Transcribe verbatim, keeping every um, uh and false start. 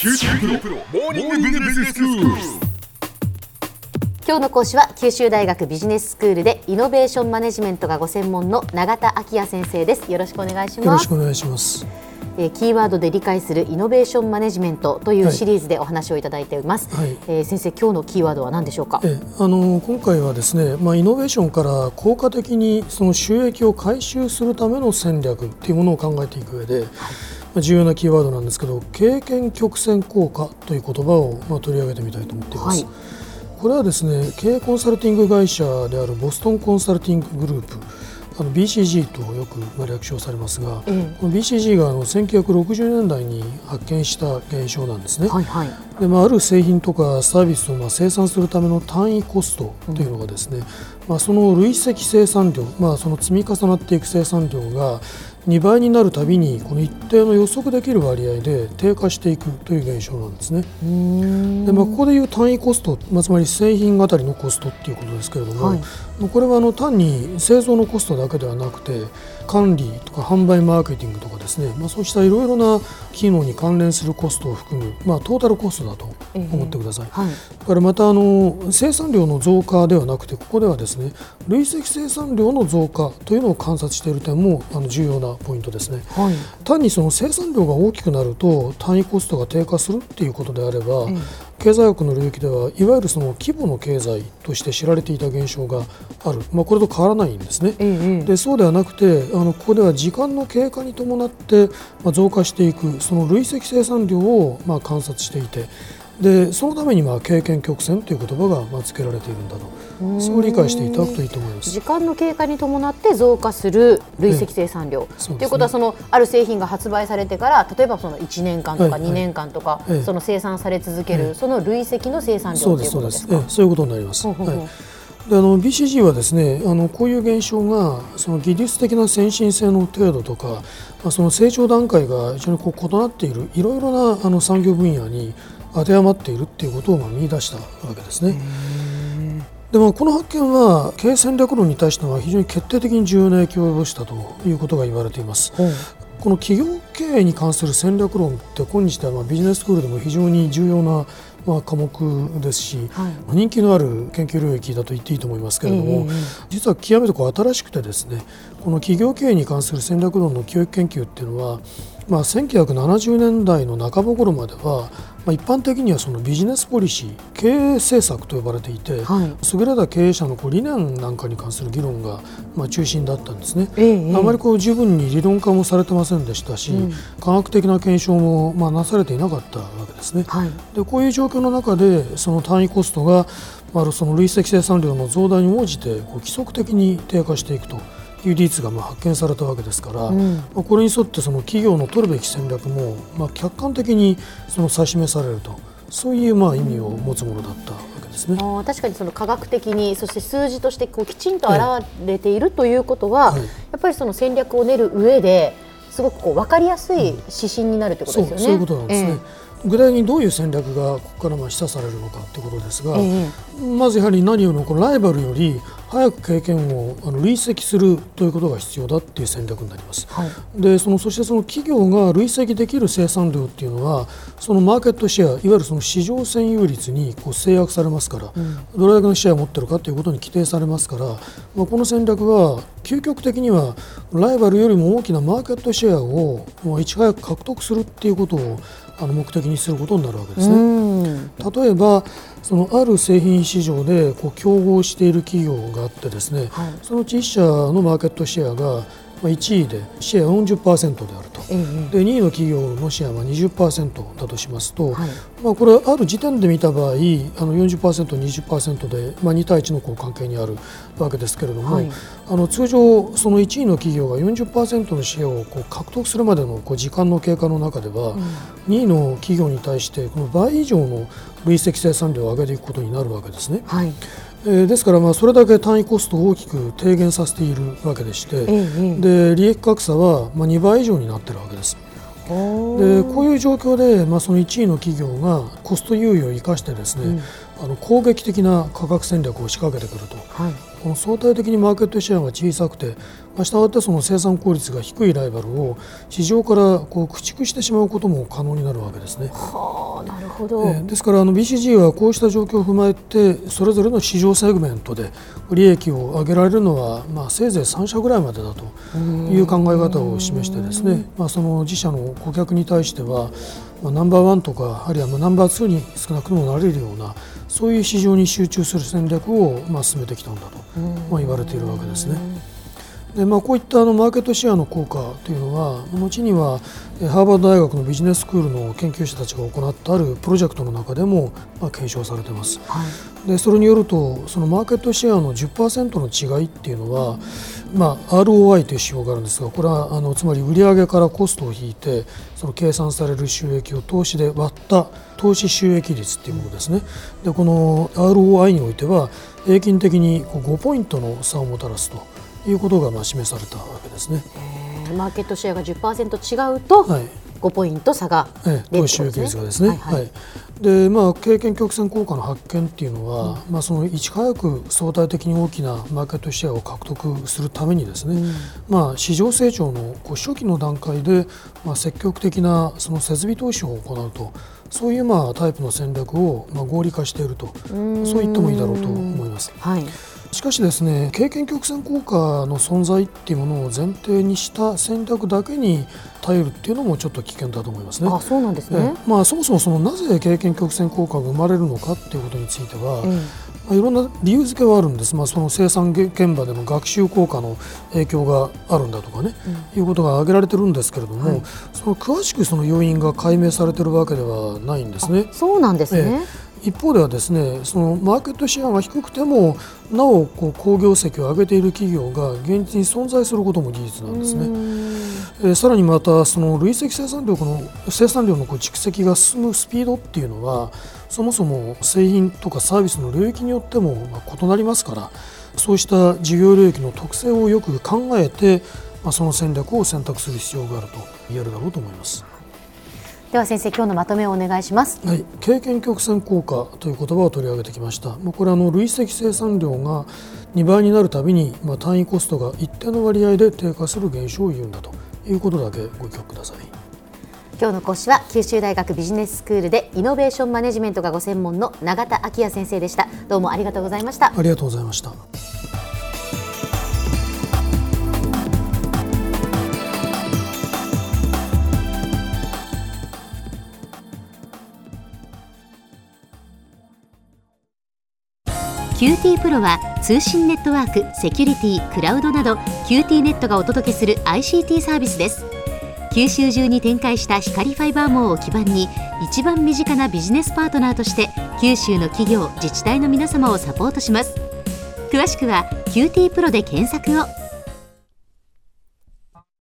キューティープロモーニングビジネススクール。 今日の講師は九州大学ビジネススクールでイノベーションマネジメントがご専門の永田昭也先生です。よろしくお願いします。 よろしくお願いします。 えー、キーワードで理解するイノベーションマネジメントというシリーズでお話をいただいています。はい、えー、先生、今日のキーワードは何でしょうか。 えあの今回はですね、まあ、イノベーションから効果的にその収益を回収するための戦略というものを考えていく上で、はい、まあ、重要なキーワードなんですけど、経験曲線効果という言葉をまあ取り上げてみたいと思っています。はい、これはですね、経営コンサルティング会社であるボストンコンサルティンググループ、あの ビーシージー とよく略称されますが、うん、この ビーシージー があのせんきゅうひゃくろくじゅうねんだいに発見した現象なんですね。はいはい、でまあ、ある製品とかサービスをまあ生産するための単位コストというのがですね、うん、まあ、その累積生産量、まあ、その積み重なっていく生産量がにばいになるたびにこの一定の予測できる割合で低下していくという現象なんですね。うーんで、まあ、ここでいう単位コスト、まあ、つまり製品あたりのコストということですけれども、はい、これはあの単に製造のコストだけではなくて管理とか販売マーケティングとかですね、まあ、そうしたいろいろな機能に関連するコストを含む、まあ、トータルコストだと思ってください。えーはい、だからまたあの生産量の増加ではなくて、ここではですね、累積生産量の増加というのを観察している点もあの重要なポイントですね。はい、単にその生産量が大きくなると単位コストが低下するということであれば、うん、経済学の領域ではいわゆるその規模の経済として知られていた現象がある、まあ、これと変わらないんですね。うんうん、でそうではなくて、あのここでは時間の経過に伴って、まあ、増加していくその累積生産量をまあ観察していて、でそのためにまあ経験曲線という言葉がまあ付けられているんだと、そう理解していただくといいと思います。 時間の経過に伴って増加する累積生産量、ええ、ということは、そのある製品が発売されてから例えばそのいちねんかんとかにねんかんとか、はいはい、その生産され続ける、ええ、その累積の生産量ということですか。 そうです、そうです、ええ、そういうことになります。ほうほうほう、はい、であの ビーシージー はですね、あのこういう現象がその技術的な先進性の程度とか、まあ、その成長段階が非常にこう異なっているいろいろなあの産業分野に当てはまっているということをまあ見出したわけですね。でまあ、この発見は経営戦略論に対しては非常に決定的に重要な影響を及ぼしたということが言われています。この企業経営に関する戦略論って今日ではまあビジネススクールでも非常に重要なまあ科目ですし、はい、人気のある研究領域だと言っていいと思いますけれども、えー、実は極めてこう新しくてですね、この企業経営に関する戦略論の教育研究っていうのは、まあ、せんきゅうひゃくななじゅうねんだいの半ば頃までは、まあ、一般的にはそのビジネスポリシー、経営政策と呼ばれていて、はい、優れた経営者のこう理念なんかに関する議論がまあ中心だったんですね。えー、あまりこう十分に理論化もされてませんでしたし、うん、科学的な検証もまあなされていなかったわけですね。はい、でこういう状況の中でその単位コストがあるその累積生産量の増大に応じてこう規則的に低下していくという事実がまあ発見されたわけですから、うん、これに沿ってその企業の取るべき戦略もまあ客観的にその指し示されると、そういうまあ意味を持つものだったわけですね。 あ、確かにその科学的に、そして数字としてこうきちんと現れているということは、はい、やっぱりその戦略を練る上ですごくこう分かりやすい指針になるということですよね。 そう、そういうことなんですね。えー具体的にどういう戦略がここからまあ示唆されるのかということですが、ええ、まずやはり何よりもこのライバルより早く経験をあの累積するということが必要だという戦略になります。はい、でそのそしてその企業が累積できる生産量というのはそのマーケットシェア、いわゆるその市場占有率にこう制約されますから、うん、どれだけのシェアを持っているかということに規定されますから、まあ、この戦略は究極的にはライバルよりも大きなマーケットシェアをもういち早く獲得するということをあの目的にすることになるわけですね。例えばそのある製品市場でこう競合している企業があってですね、はい、そのうちいっ社のマーケットシェアがいちいでシェア よんじゅっパーセント であると、ええ、でにいの企業のシェアは にじゅっパーセント だとしますと、はい、まあ、これある時点で見た場合あの よんじゅっパーセント、にじゅっパーセント で、まあ、に対いちのこう関係にあるわけですけれども、はい、あの通常そのいちいの企業が よんじゅっパーセント のシェアをこう獲得するまでのこう時間の経過の中では、うん、にいの企業に対してこの倍以上の累積生産量を上げていくことになるわけですね。はい、えー、ですからまあそれだけ単位コストを大きく低減させているわけでして、ええ、で利益格差はまあにばい以上になっているわけです。でこういう状況で、まあ、そのいちいの企業がコスト優位を生かしてですね、うん、あの攻撃的な価格戦略を仕掛けてくると、はい、 この相対的にマーケットシェアが小さくて、したがってその生産効率が低いライバルを市場からこう駆逐してしまうことも可能になるわけですね。 はあ、なるほど。 えー、ですからあの ビーシージー はこうした状況を踏まえてそれぞれの市場セグメントで利益を上げられるのは、まあ、せいぜいさん社ぐらいまでだという考え方を示してですね、まあ、その自社の顧客に対しては、まあ、ナンバーワンとかあるいはナンバーツーに少なくともなれるようなそういう市場に集中する戦略をまあ進めてきたんだとまあ言われているわけですね。でまあ、こういったあのマーケットシェアの効果というのは後にはハーバード大学のビジネススクールの研究者たちが行ったあるプロジェクトの中でもまあ検証されています。はい、でそれによるとそのマーケットシェアの じゅっパーセント の違いっていうのは、まあ、アールオーアイ という指標があるんですがこれはあのつまり売上からコストを引いてその計算される収益を投資で割った投資収益率っていうものですね。でこの アールオーアイ においては平均的にごポイントの差をもたらすということがまあ示されたわけですね。 マーケットシェアが じゅっパーセント 違うと、はい、ごポイント差が出るということですね。収益率がですね。はいはいはい、でまあ、経験曲線効果の発見っていうのは、うんまあ、そのいち早く相対的に大きなマーケットシェアを獲得するためにですね、うんまあ、市場成長のこう初期の段階で、まあ、積極的なその設備投資を行うとそういうまあタイプの戦略をまあ合理化しているとそう言ってもいいだろうと思います。はいしかしですね、経験曲線効果の存在っていうものを前提にした戦略だけに頼るっていうのもちょっと危険だと思いますね。 あ、そうなんですね。 まあ、そもそもそのなぜ経験曲線効果が生まれるのかっていうことについては、うんまあ、いろんな理由付けはあるんです。まあ、その生産現場での学習効果の影響があるんだとかね、うん、いうことが挙げられてるんですけれども、はい、その詳しくその要因が解明されているわけではないんですね。 そうなんですね。 え一方ではですね、そのマーケットシェアが低くてもなおこう好業績を上げている企業が現実に存在することも事実なんですね。えー、さらにまたその累積生産力の生産量のこう蓄積が進むスピードっていうのはそもそも製品とかサービスの領域によってもまあ異なりますからそうした事業領域の特性をよく考えて、まあ、その戦略を選択する必要があると言えるだろうと思います。 では先生、今日のまとめをお願いします。 はい、経験曲線効果という言葉を取り上げてきました。これはあの累積生産量がにばいになるたびに、まあ、単位コストが一定の割合で低下する現象を言うんだということだけご記憶ください。 今日の講師は九州大学ビジネススクールでイノベーションマネジメントがご専門の永田昭也先生でした。どうもありがとうございました。 ありがとうございました。 キューティー プロは通信ネットワーク、セキュリティ、クラウドなど キューティー ネットがお届けする アイシーティー サービスです。九州中に展開した光ファイバー網を基盤に一番身近なビジネスパートナーとして九州の企業、自治体の皆様をサポートします。詳しくは キューティー プロで検索を。